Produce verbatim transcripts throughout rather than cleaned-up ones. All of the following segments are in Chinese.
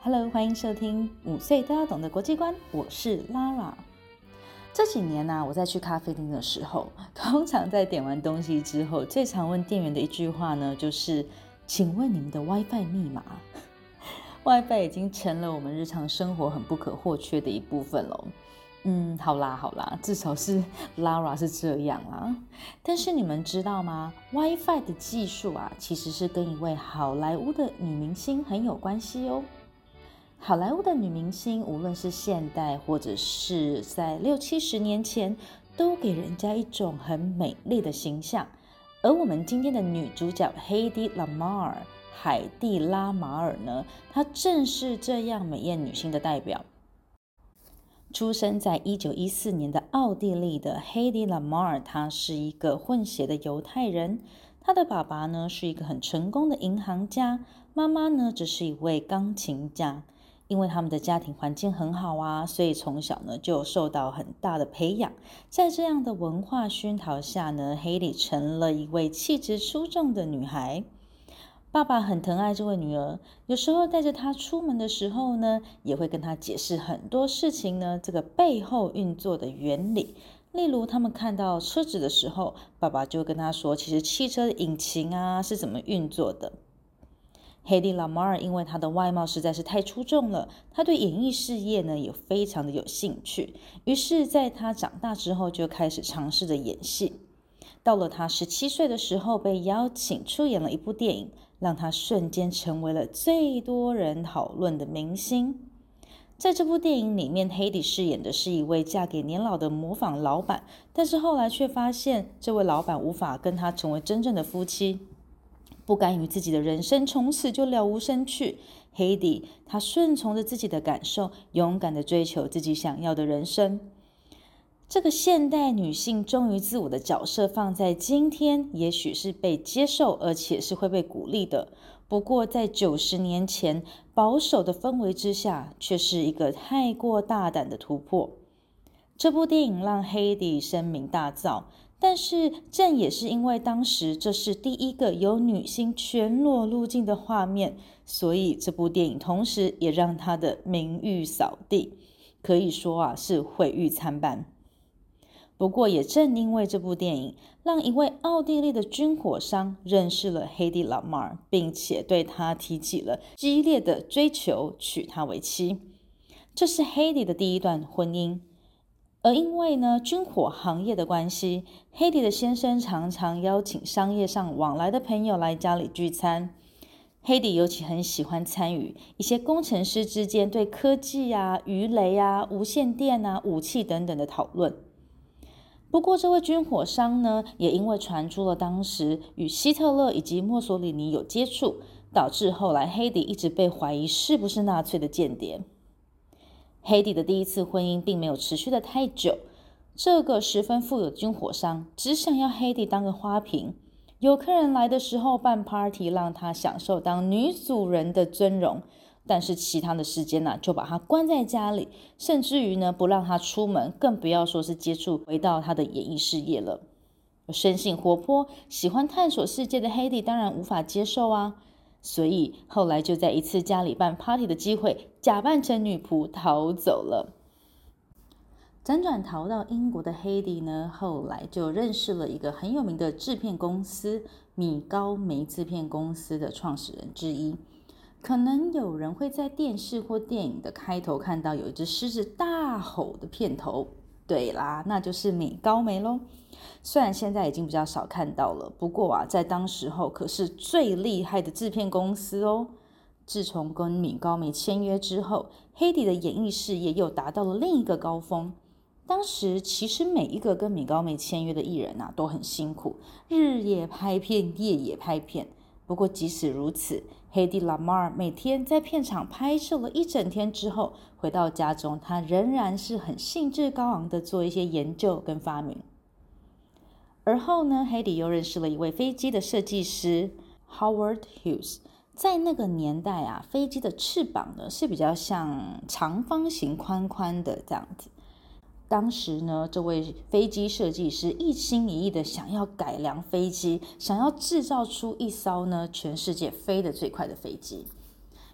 Hello， 欢迎收听五岁都要懂的国际观，我是 Lara。这几年呢、啊，我在去咖啡厅的时候，通常在点完东西之后，最常问店员的一句话呢，就是请问你们的 WiFi 密码？WiFi 已经成了我们日常生活很不可或缺的一部分了。嗯，好啦好啦，至少是 Lara 是这样啦。但是你们知道吗 ？WiFi 的技术啊，其实是跟一位好莱坞的女明星很有关系哦。好莱坞的女明星，无论是现代或者是在六七十年前，都给人家一种很美丽的形象。而我们今天的女主角 Hedy Lamarr 海蒂拉马尔呢，她正是这样美艳女性的代表。出生在一九一四年的奥地利的 Hedy Lamarr， 她是一个混血的犹太人。她的爸爸呢是一个很成功的银行家，妈妈呢则是一位钢琴家。因为他们的家庭环境很好啊，所以从小呢就受到很大的培养。在这样的文化熏陶下呢，黑莉成了一位气质出众的女孩。爸爸很疼爱这位女儿，有时候带着她出门的时候呢，也会跟她解释很多事情呢，这个背后运作的原理。例如他们看到车子的时候，爸爸就跟她说，其实汽车的引擎啊是怎么运作的。Hedy Lamarr 因为她的外貌实在是太出众了，她对演艺事业呢也非常的有兴趣。于是在她长大之后就开始尝试着演戏。到了她十七岁的时候，被邀请出演了一部电影，让她瞬间成为了最多人讨论的明星。在这部电影里面， Hedy 饰演的是一位嫁给年老的模仿老板，但是后来却发现这位老板无法跟她成为真正的夫妻。不甘于自己的人生从此就了无生趣， Hedy 她顺从着自己的感受，勇敢地追求自己想要的人生。这个现代女性忠于自我的角色放在今天也许是被接受，而且是会被鼓励的。不过在九十年前保守的氛围之下，却是一个太过大胆的突破。这部电影让 Hedy 声名大噪，但是正也是因为当时这是第一个有女星全裸入镜的画面，所以这部电影同时也让她的名誉扫地，可以说啊是毁誉参半。不过也正因为这部电影，让一位奥地利的军火商认识了 Hedy Lamarr， 并且对她提起了激烈的追求，娶她为妻。这是 Hedy 的第一段婚姻。而因为呢军火行业的关系， Hedy 的先生常常邀请商业上往来的朋友来家里聚餐。 Hedy 尤其很喜欢参与一些工程师之间对科技啊、鱼雷啊、无线电啊、武器等等的讨论。不过这位军火商呢，也因为传出了当时与希特勒以及墨索里尼有接触，导致后来 Hedy 一直被怀疑是不是纳粹的间谍。Hedy 的第一次婚姻并没有持续的太久，这个十分富有的军火商只想要 Hedy 当个花瓶，有客人来的时候办 party 让她享受当女主人的尊荣，但是其他的时间呢、啊、就把她关在家里，甚至于呢不让她出门，更不要说是接触回到她的演艺事业了。生性活泼、喜欢探索世界的 Hedy 当然无法接受啊，所以后来就在一次家里办 party 的机会，假扮成女仆逃走了。辗转逃到英国的 Hedy 呢，后来就认识了一个很有名的制片公司米高梅制片公司的创始人之一。可能有人会在电视或电影的开头看到有一只狮子大吼的片头，对啦，那就是米高梅咯。虽然现在已经比较少看到了，不过啊，在当时候可是最厉害的制片公司哦。自从跟米高梅签约之后， Hedy 的演艺事业又达到了另一个高峰。当时其实每一个跟米高梅签约的艺人啊都很辛苦，日夜拍片，夜夜拍片。不过即使如此， Hedy Lamarr 每天在片场拍摄了一整天之后，回到家中，他仍然是很兴致高昂的做一些研究跟发明。而后呢 Hedy 又认识了一位飞机的设计师 Howard Hughes。 在那个年代啊，飞机的翅膀呢是比较像长方形宽宽的这样子。当时呢，这位飞机设计师一心一意的想要改良飞机，想要制造出一艘呢全世界飞得最快的飞机。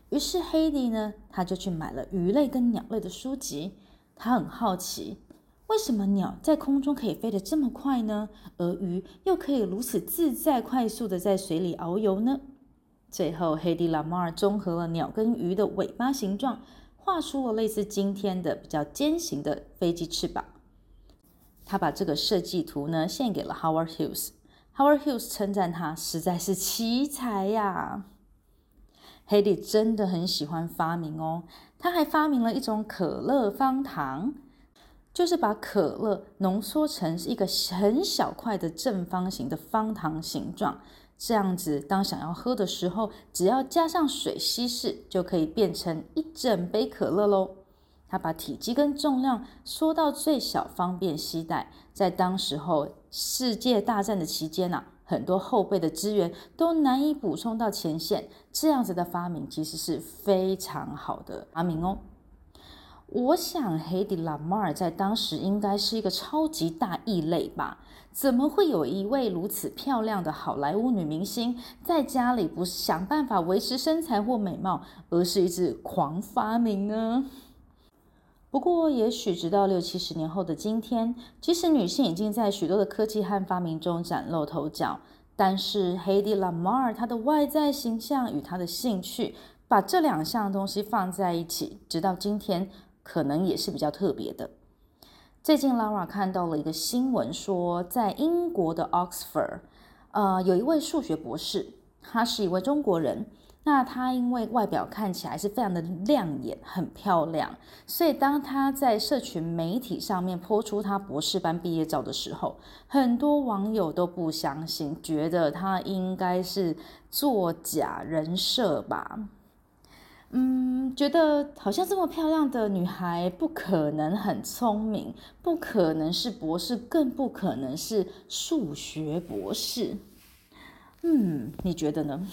于是黑迪呢，他就去买了鱼类跟鸟类的书籍。他很好奇，为什么鸟在空中可以飞得这么快呢？而鱼又可以如此自在快速的在水里遨游呢？最后，黑迪·拉马尔综合了鸟跟鱼的尾巴形状，画出了类似今天的比较尖形的飞机翅膀。他把这个设计图呢献给了 Howard Hughes。Howard Hughes 称赞他实在是奇才呀。黑迪真的很喜欢发明哦，他还发明了一种可乐方糖，就是把可乐浓缩成一个很小块的正方形的方糖形状。这样子，当想要喝的时候，只要加上水稀释，就可以变成一整杯可乐咯。他把体积跟重量缩到最小，方便携带。在当时候世界大战的期间啊，很多后备的资源都难以补充到前线，这样子的发明其实是非常好的发明哦。我想黑迪·拉马尔在当时应该是一个超级大异类吧？怎么会有一位如此漂亮的好莱坞女明星，在家里不是想办法维持身材或美貌，而是一直狂发明呢？不过，也许直到六七十年后的今天，即使女性已经在许多的科技和发明中崭露头角，但是黑迪·拉马尔她的外在形象与她的兴趣，把这两项东西放在一起，直到今天可能也是比较特别的。最近 Laura 看到了一个新闻说，在英国的 Oxford， 呃，有一位数学博士，他是一位中国人。那她因为外表看起来是非常的亮眼，很漂亮，所以当她在社群媒体上面po出她博士班毕业照的时候，很多网友都不相信，觉得她应该是作假人设吧。嗯，觉得好像这么漂亮的女孩不可能很聪明，不可能是博士，更不可能是数学博士。嗯，你觉得呢？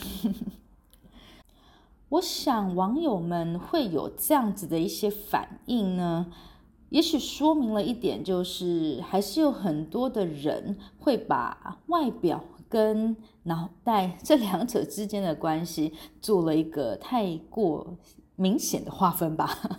我想网友们会有这样子的一些反应呢，也许说明了一点，就是还是有很多的人会把外表跟脑袋这两者之间的关系做了一个太过明显的划分吧。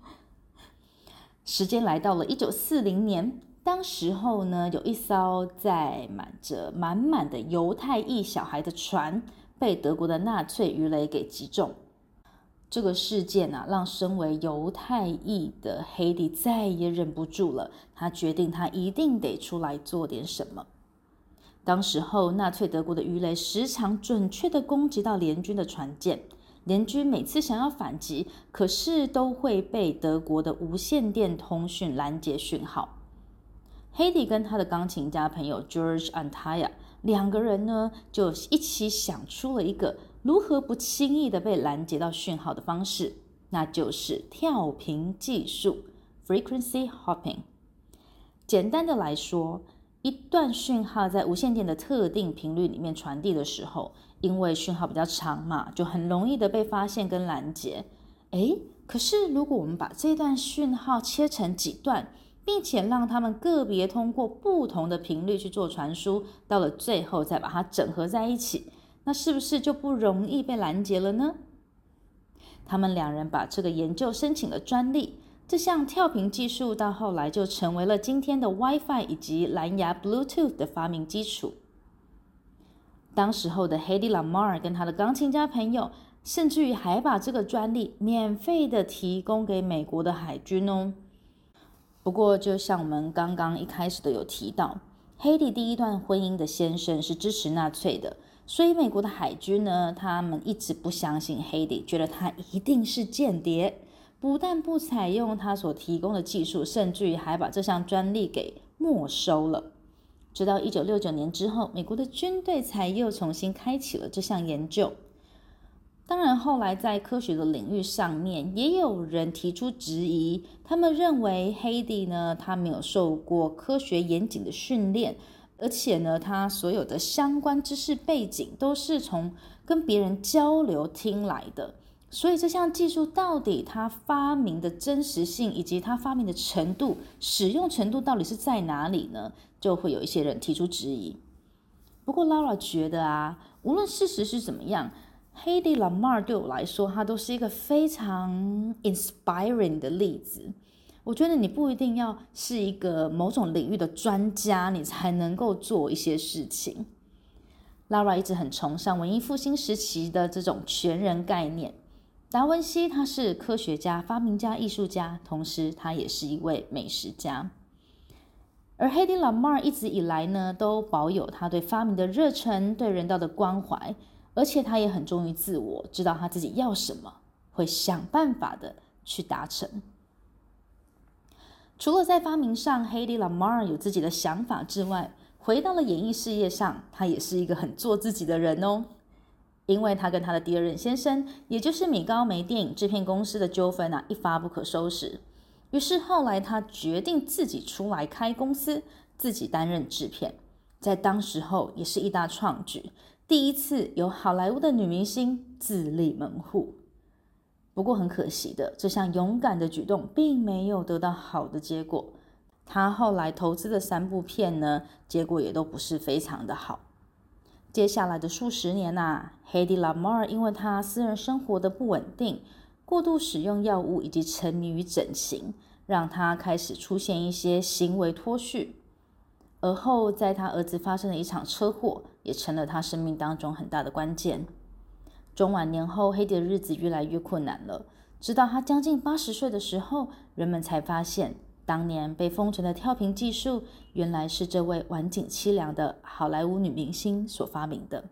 时间来到了一九四零年，当时候呢，有一艘载满着满满的犹太裔小孩的船被德国的纳粹鱼雷给击中。这个事件啊，让身为犹太裔的黑迪再也忍不住了，他决定他一定得出来做点什么。当时候，纳粹德国的鱼雷时常准确地攻击到联军的船舰，联军每次想要反击，可是都会被德国的无线电通讯拦截讯号。黑迪跟他的钢琴家朋友 George Antaya 两个人呢，就一起想出了一个如何不轻易的被拦截到讯号的方式，那就是跳频技术 （frequency hopping）。简单的来说，一段讯号在无线电的特定频率里面传递的时候，因为讯号比较长嘛，就很容易的被发现跟拦截。诶，可是如果我们把这段讯号切成几段，并且让他们个别通过不同的频率去做传输，到了最后再把它整合在一起，那是不是就不容易被拦截了呢？他们两人把这个研究申请了专利，这项跳频技术到后来就成为了今天的 Wi-Fi 以及蓝牙 Bluetooth 的发明基础。当时候的黑迪·拉马尔跟他的钢琴家朋友，甚至于还把这个专利免费的提供给美国的海军哦。不过，就像我们刚刚一开始的有提到，黑迪第一段婚姻的先生是支持纳粹的，所以美国的海军呢，他们一直不相信黑迪，觉得他一定是间谍，不但不采用他所提供的技术，甚至于还把这项专利给没收了。直到一九六九年之后，美国的军队才又重新开启了这项研究。当然，后来在科学的领域上面，也有人提出质疑。他们认为黑迪呢，他没有受过科学严谨的训练，而且呢，他所有的相关知识背景都是从跟别人交流听来的。所以这项技术到底他发明的真实性，以及他发明的程度、使用程度到底是在哪里呢？就会有一些人提出质疑。不过 Laura 觉得啊，无论事实是怎么样， Hedy Lamarr 对我来说，它都是一个非常 inspiring 的例子。我觉得你不一定要是一个某种领域的专家，你才能够做一些事情。Lara 一直很崇尚文艺复兴时期的这种全人概念。达文西他是科学家、发明家、艺术家，同时他也是一位美食家。而 Hedy Lamarr 一直以来呢，都保有他对发明的热忱、对人道的关怀，而且他也很忠于自我，知道他自己要什么，会想办法的去达成。除了在发明上 Hedy Lamarr 有自己的想法之外，回到了演艺事业上，他也是一个很做自己的人哦。因为他跟他的第二任先生，也就是米高梅电影制片公司的纠纷啊，一发不可收拾。于是后来他决定自己出来开公司，自己担任制片，在当时候也是一大创举，第一次有好莱坞的女明星自立门户。不过很可惜的，这项勇敢的举动并没有得到好的结果。他后来投资的三部片呢，结果也都不是非常的好。接下来的数十年啊 Hedy Lamarr 因为他私人生活的不稳定，过度使用药物以及沉迷于整形，让他开始出现一些行为脱序。而后在他儿子发生了一场车祸，也成了他生命当中很大的关键。中晚年后，黑迪的日子越来越困难了。直到他将近八十岁的时候，人们才发现，当年被封存的跳屏技术，原来是这位晚景凄凉的好莱坞女明星所发明的。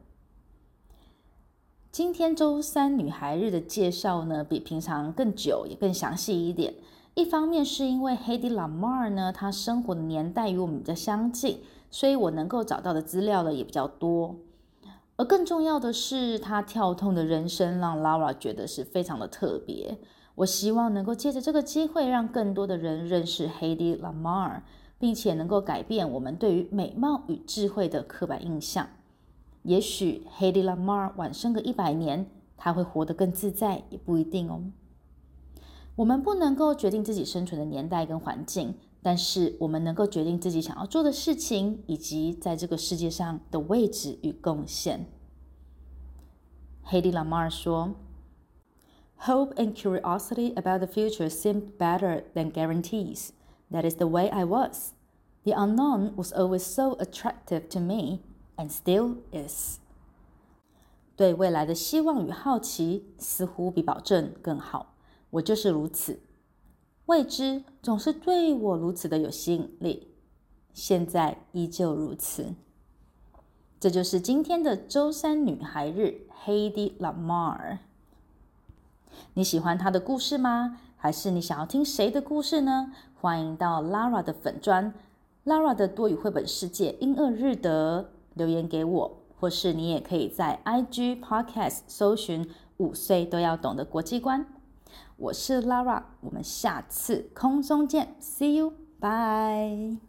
今天周三女孩日的介绍呢，比平常更久，也更详细一点。一方面是因为 Hedy Lamarr 呢，她生活的年代与我们比较相近，所以我能够找到的资料呢也比较多。而更重要的是，他跳痛的人生让 Lara 觉得是非常的特别。我希望能够借着这个机会，让更多的人认识 Hedy Lamarr， 并且能够改变我们对于美貌与智慧的刻板印象。也许 Hedy Lamarr 晚生个一百年，他会活得更自在，也不一定哦。我们不能够决定自己生存的年代跟环境，但是我们能够决定自己想要做的事情，以及在这个世界上的位置与贡献。Hedy Lamarr 说 Hope and curiosity about the future seemed better than guarantees. That is the way I was. The unknown was always so attractive to me, and still is. 对未来的希望与好奇，似乎比保证更好。我就是如此。未知总是对我如此的有吸引力，现在依旧如此。这就是今天的周三女孩日 Hedy Lamarr。 你喜欢她的故事吗？还是你想要听谁的故事呢？欢迎到 Lara 的粉专 Lara 的多语绘本世界英俄日德留言给我，或是你也可以在 I G Podcast 搜寻五岁都要懂的国际观。我是 Lara， 我们下次空中见 See you， bye。